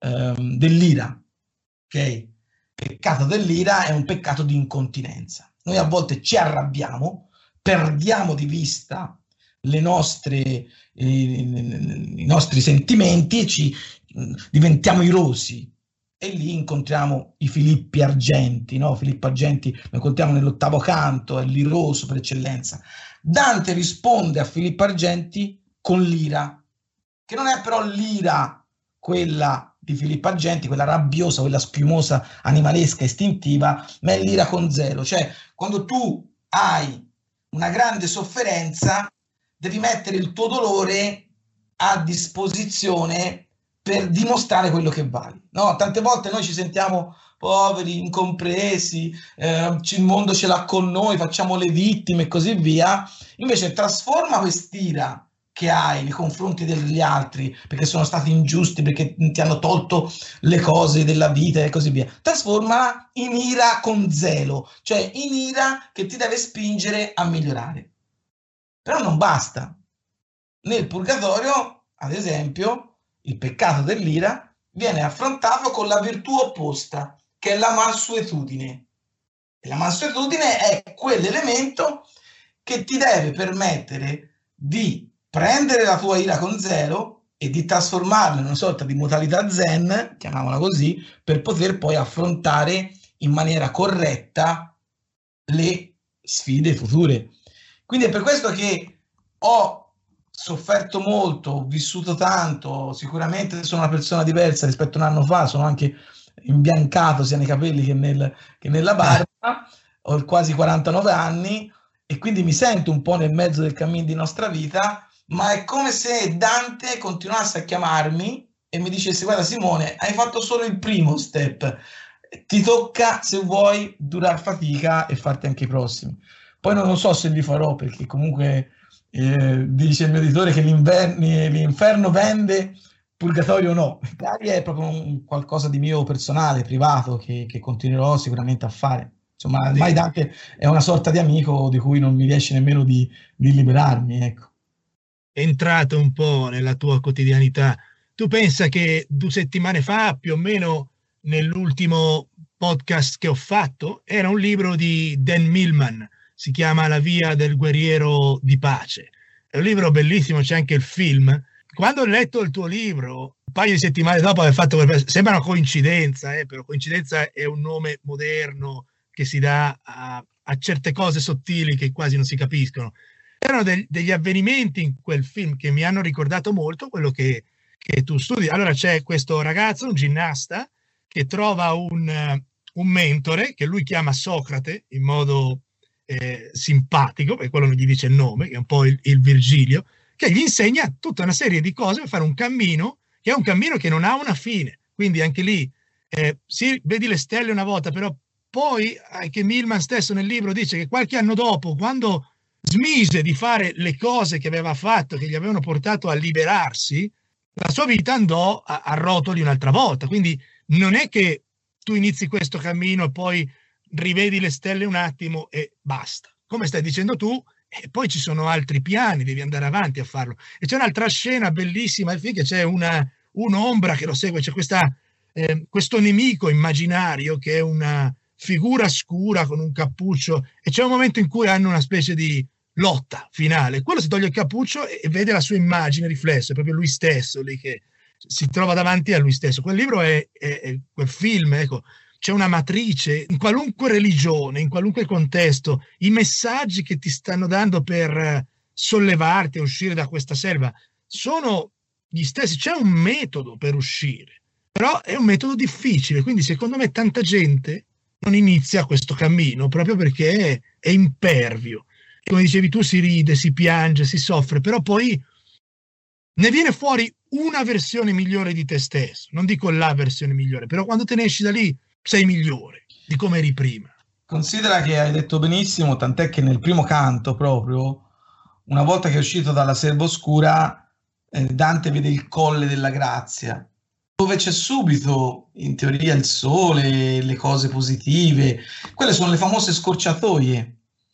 ok? Il peccato dell'ira è un peccato di incontinenza. Noi a volte ci arrabbiamo, perdiamo di vista i nostri sentimenti e diventiamo irosi. E lì incontriamo i Filippi Argenti, no? Filippo Argenti lo incontriamo nell'8° canto, è l'iroso per eccellenza. Dante risponde a Filippo Argenti con l'ira, che non è però l'ira quella di Filippo Argenti, quella rabbiosa, quella schiumosa, animalesca, istintiva, ma è l'ira con zelo. Cioè, quando tu hai una grande sofferenza, devi mettere il tuo dolore a disposizione per dimostrare quello che vali. No, tante volte noi ci sentiamo poveri, incompresi, il mondo ce l'ha con noi, facciamo le vittime e così via. Invece trasforma quest'ira che hai nei confronti degli altri, perché sono stati ingiusti, perché ti hanno tolto le cose della vita e così via. Trasformala in ira con zelo, cioè in ira che ti deve spingere a migliorare. Però non basta. Nel purgatorio, ad esempio, il peccato dell'ira viene affrontato con la virtù opposta, che è la mansuetudine. E la mansuetudine è quell'elemento che ti deve permettere di prendere la tua ira con zelo e di trasformarla in una sorta di modalità zen, chiamiamola così, per poter poi affrontare in maniera corretta le sfide future. Quindi è per questo che ho sofferto molto, ho vissuto tanto, sicuramente sono una persona diversa rispetto a un anno fa, sono anche imbiancato sia nei capelli che nella barba, ho quasi 49 anni e quindi mi sento un po' nel mezzo del cammino di nostra vita, ma è come se Dante continuasse a chiamarmi e mi dicesse: guarda Simone, hai fatto solo il primo step, ti tocca, se vuoi, durar fatica e farti anche i prossimi. Poi non lo so se li farò, perché comunque dice il mio editore che l'inferno vende, purgatorio no. Magari è proprio qualcosa di mio personale, privato, che continuerò sicuramente a fare. Insomma, ormai Dante è una sorta di amico di cui non mi riesce nemmeno di liberarmi, ecco. È entrato un po' nella tua quotidianità. Tu pensa che 2 settimane fa, più o meno, nell'ultimo podcast che ho fatto, era un libro di Dan Millman, si chiama La via del guerriero di pace. È un libro bellissimo, c'è anche il film. Quando ho letto il tuo libro, un paio di settimane dopo aver fatto, sembra una coincidenza, però coincidenza è un nome moderno che si dà a certe cose sottili che quasi non si capiscono. Erano degli avvenimenti in quel film che mi hanno ricordato molto quello che che tu studi. Allora c'è questo ragazzo, un ginnasta, che trova un mentore che lui chiama Socrate in modo simpatico, perché quello non gli dice il nome, che è un po' il Virgilio, che gli insegna tutta una serie di cose per fare un cammino, che è un cammino che non ha una fine. Quindi anche lì, sì, vedi le stelle una volta, però poi anche Millman stesso nel libro dice che qualche anno dopo, quando smise di fare le cose che aveva fatto, che gli avevano portato a liberarsi, la sua vita andò a rotoli un'altra volta. Quindi non è che tu inizi questo cammino e poi rivedi le stelle un attimo e basta. Come stai dicendo tu, e poi ci sono altri piani, devi andare avanti a farlo. E c'è un'altra scena bellissima, che c'è un'ombra che lo segue, c'è questo nemico immaginario che è una figura scura con un cappuccio, e c'è un momento in cui hanno una specie di lotta finale. Quello si toglie il cappuccio e vede la sua immagine riflessa, è proprio lui stesso lì che si trova davanti a lui stesso. Quel libro è quel film, ecco, c'è una matrice in qualunque religione, in qualunque contesto, i messaggi che ti stanno dando per sollevarti a uscire da questa selva sono gli stessi. C'è un metodo per uscire, però è un metodo difficile, quindi secondo me tanta gente non inizia questo cammino proprio perché è impervio. Come dicevi tu, si ride, si piange, si soffre, però poi ne viene fuori una versione migliore di te stesso. Non dico la versione migliore, però quando te ne esci da lì sei migliore di come eri prima. Considera che hai detto benissimo, tant'è che nel primo canto proprio, una volta che è uscito dalla selva oscura, Dante vede il Colle della Grazia, dove c'è subito, in teoria, il sole, le cose positive. Quelle sono le famose scorciatoie.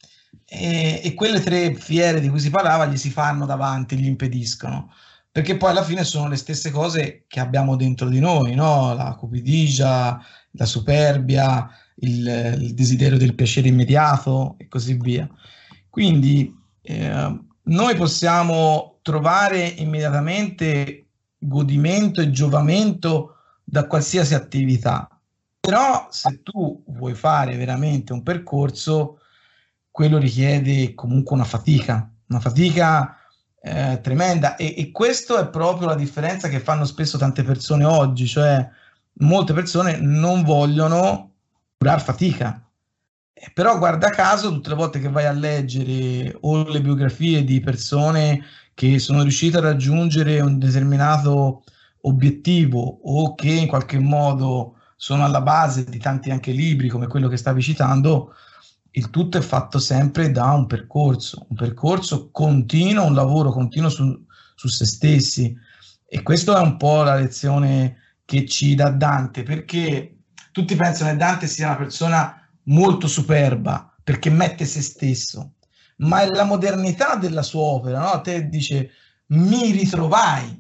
E quelle tre fiere di cui si parlava gli si fanno davanti, gli impediscono. Perché poi alla fine sono le stesse cose che abbiamo dentro di noi, no? La cupidigia, la superbia, il desiderio del piacere immediato e così via. Quindi noi possiamo trovare immediatamente godimento e giovamento da qualsiasi attività, però se tu vuoi fare veramente un percorso, quello richiede comunque una fatica tremenda, e questo è proprio la differenza che fanno spesso tante persone oggi, cioè molte persone non vogliono curar fatica. Però guarda caso, tutte le volte che vai a leggere o le biografie di persone che sono riuscite a raggiungere un determinato obiettivo o che in qualche modo sono alla base di tanti anche libri come quello che stavi citando, il tutto è fatto sempre da un percorso continuo, un lavoro continuo su se stessi. E questa è un po' la lezione che ci dà Dante, perché tutti pensano che Dante sia una persona molto superba perché mette se stesso, ma è la modernità della sua opera, no? Te dice mi ritrovai,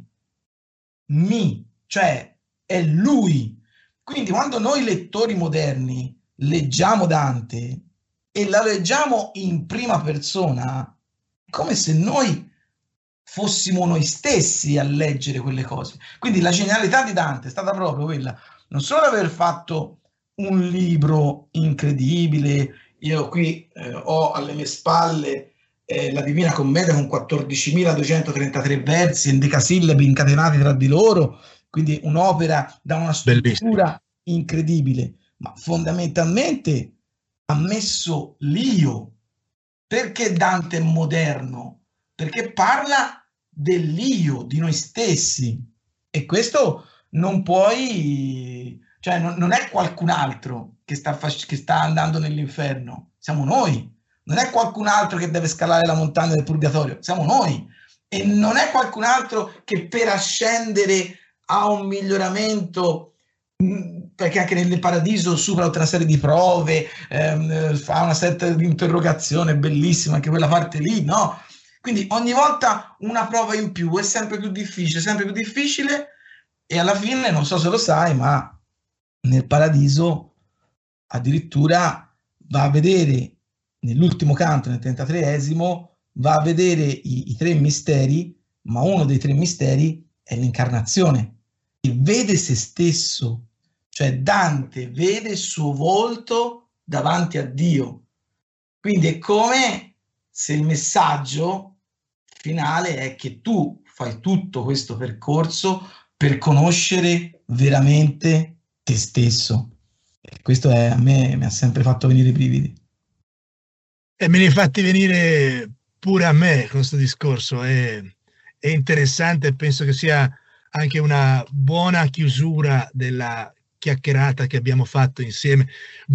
cioè è lui. Quindi quando noi lettori moderni leggiamo Dante e la leggiamo in prima persona, è come se noi fossimo noi stessi a leggere quelle cose. Quindi la genialità di Dante è stata proprio quella, non solo di aver fatto un libro incredibile. Io qui ho alle mie spalle la Divina Commedia con 14.233 versi, endecasillabi incatenati tra di loro, quindi un'opera da una struttura incredibile, ma fondamentalmente ha messo l'io. Perché Dante è moderno? Perché parla dell'io, di noi stessi, e questo non puoi, cioè non è qualcun altro che sta andando nell'inferno, siamo noi. Non è qualcun altro che deve scalare la montagna del purgatorio, siamo noi. E non è qualcun altro che per ascendere a un miglioramento, perché anche nel paradiso supera tutta una serie di prove, fa una serie di interrogazioni, bellissima anche quella parte lì, no? Quindi ogni volta una prova in più, è sempre più difficile, e alla fine, non so se lo sai, ma nel paradiso addirittura va a vedere, nell'ultimo canto, nel 33esimo, va a vedere i tre misteri, ma uno dei tre misteri è l'incarnazione, e vede se stesso, cioè Dante vede il suo volto davanti a Dio. Quindi è come se il messaggio finale è che tu fai tutto questo percorso per conoscere veramente te stesso. Questo a me mi ha sempre fatto venire i brividi. E me li hai fatti venire pure a me questo discorso, è interessante e penso che sia anche una buona chiusura della chiacchierata che abbiamo fatto insieme.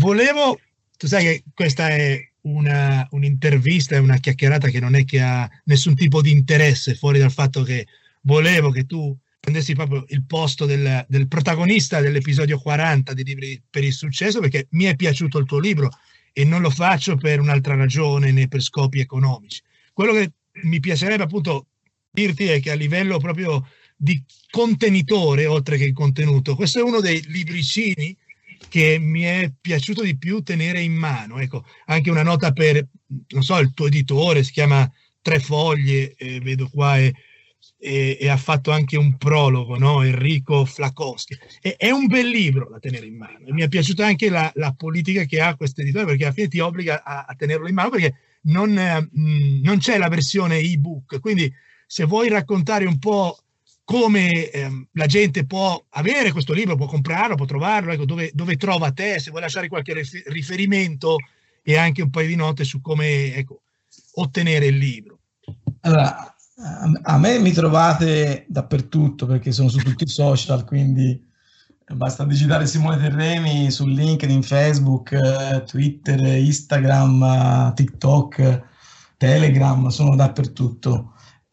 Tu sai che questa è un'intervista, è una chiacchierata che non è che ha nessun tipo di interesse, fuori dal fatto che volevo che tu prendessi proprio il posto del protagonista dell'episodio 40 di Libri per il Successo, perché mi è piaciuto il tuo libro e non lo faccio per un'altra ragione né per scopi economici. Quello che mi piacerebbe appunto dirti è che a livello proprio di contenitore, oltre che il contenuto, questo è uno dei libricini che mi è piaciuto di più tenere in mano. Ecco, anche una nota per, non so, il tuo editore, si chiama Tre Foglie, vedo qua, e ha fatto anche un prologo, no? Enrico Flakowski. È un bel libro da tenere in mano. E mi è piaciuta anche la politica che ha questo editore, perché alla fine ti obbliga a tenerlo in mano, perché non c'è la versione ebook. Quindi se vuoi raccontare un po' come la gente può avere questo libro, può comprarlo, può trovarlo, ecco, dove trova te, se vuoi lasciare qualche riferimento e anche un paio di note su come, ecco, ottenere il libro. Allora, a me mi trovate dappertutto perché sono su tutti i social, quindi basta digitare Simone Terremi su LinkedIn, Facebook, Twitter, Instagram, TikTok, Telegram, sono dappertutto.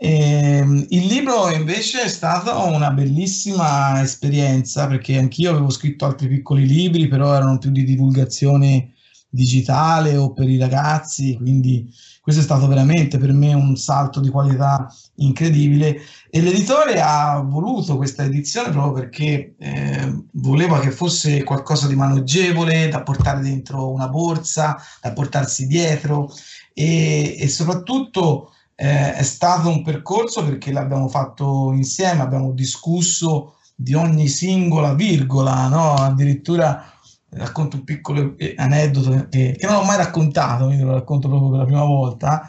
Il libro invece è stata una bellissima esperienza perché anch'io avevo scritto altri piccoli libri, però erano più di divulgazione digitale o per i ragazzi, quindi questo è stato veramente per me un salto di qualità incredibile e l'editore ha voluto questa edizione proprio perché voleva che fosse qualcosa di maneggevole da portare dentro una borsa, da portarsi dietro e soprattutto è stato un percorso perché l'abbiamo fatto insieme, abbiamo discusso di ogni singola virgola, no? Addirittura racconto un piccolo aneddoto che non ho mai raccontato, quindi lo racconto proprio per la prima volta.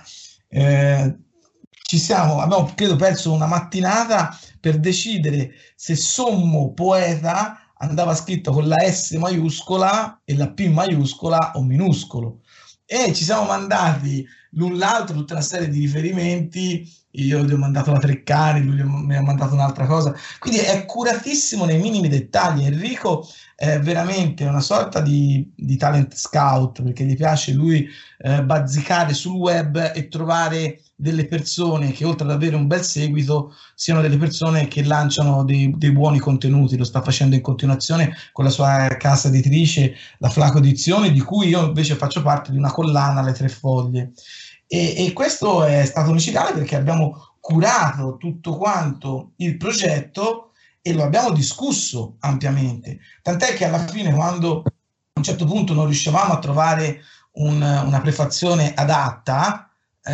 Abbiamo credo perso una mattinata per decidere se Sommo Poeta andava scritto con la S maiuscola e la P maiuscola o minuscolo. E ci siamo mandati l'un l'altro tutta una serie di riferimenti, io gli ho mandato la Treccani, lui mi ha mandato un'altra cosa, quindi è curatissimo nei minimi dettagli. Enrico è veramente una sorta di talent scout, perché gli piace lui bazzicare sul web e trovare delle persone che oltre ad avere un bel seguito siano delle persone che lanciano dei buoni contenuti. Lo sta facendo in continuazione con la sua casa editrice, la Flaco Edizioni, di cui io invece faccio parte di una collana, Le Tre Foglie. E questo è stato micidiale perché abbiamo curato tutto quanto il progetto e lo abbiamo discusso ampiamente, tant'è che alla fine, quando a un certo punto non riuscivamo a trovare una prefazione adatta,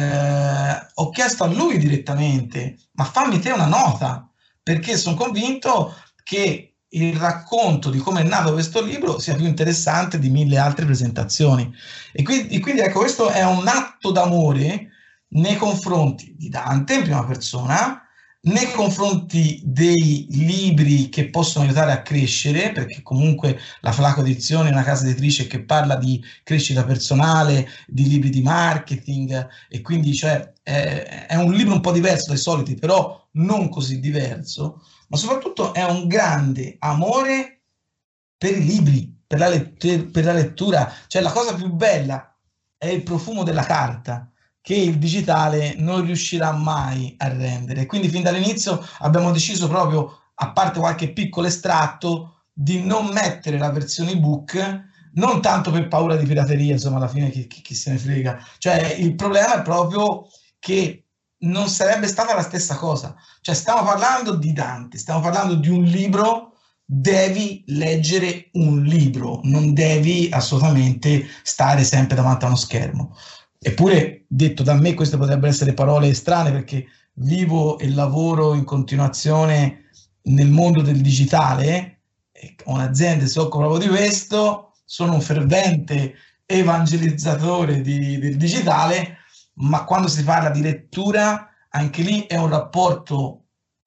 ho chiesto a lui direttamente, ma fammi te una nota, perché sono convinto che il racconto di come è nato questo libro sia più interessante di 1000 altre presentazioni. E quindi ecco, questo è un atto d'amore nei confronti di Dante in prima persona, nei confronti dei libri che possono aiutare a crescere, perché comunque la Flaco Edizione è una casa editrice che parla di crescita personale, di libri di marketing, e quindi è un libro un po' diverso dai soliti, però non così diverso, ma soprattutto è un grande amore per i libri, per la lettura. Cioè la cosa più bella è il profumo della carta, che il digitale non riuscirà mai a rendere. Quindi fin dall'inizio abbiamo deciso proprio, a parte qualche piccolo estratto, di non mettere la versione ebook, non tanto per paura di pirateria, insomma alla fine chi se ne frega. Cioè il problema è proprio che non sarebbe stata la stessa cosa. Cioè stiamo parlando di Dante, stiamo parlando di un libro, devi leggere un libro, non devi assolutamente stare sempre davanti a uno schermo. Eppure, detto da me, queste potrebbero essere parole strane perché vivo e lavoro in continuazione nel mondo del digitale, ho un'azienda che si occupa proprio di questo, sono un fervente evangelizzatore del digitale, ma quando si parla di lettura, anche lì è un rapporto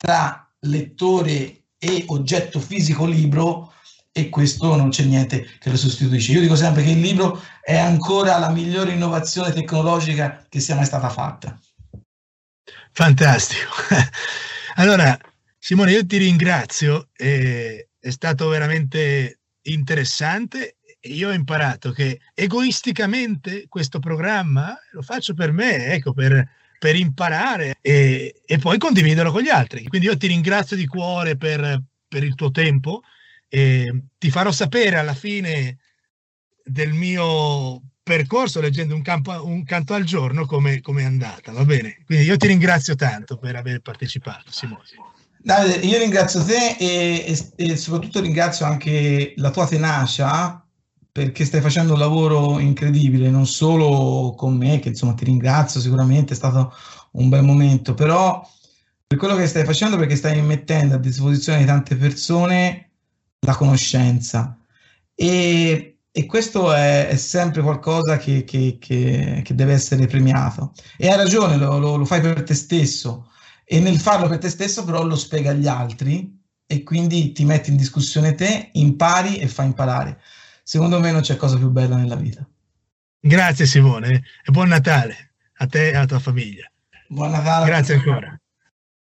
tra lettore e oggetto fisico libro, e questo non c'è niente che lo sostituisce. Io dico sempre che il libro è ancora la migliore innovazione tecnologica che sia mai stata fatta. Fantastico. Allora, Simone, io ti ringrazio, è stato veramente interessante. Io ho imparato che egoisticamente questo programma lo faccio per me, ecco, per imparare e poi condividerlo con gli altri. Quindi io ti ringrazio di cuore per il tuo tempo e ti farò sapere alla fine del mio percorso, leggendo un canto al giorno, come è andata, va bene? Quindi io ti ringrazio tanto per aver partecipato, Simone. Davide, io ringrazio te e soprattutto ringrazio anche la tua tenacia, perché stai facendo un lavoro incredibile, non solo con me, che insomma ti ringrazio sicuramente, è stato un bel momento, però per quello che stai facendo, perché stai mettendo a disposizione di tante persone la conoscenza. E questo è sempre qualcosa che deve essere premiato. E hai ragione, lo fai per te stesso, e nel farlo per te stesso però lo spiega agli altri, e quindi ti metti in discussione te, impari e fai imparare. Secondo me non c'è cosa più bella nella vita. Grazie Simone e buon Natale a te e alla tua famiglia. Buon Natale. Grazie ancora.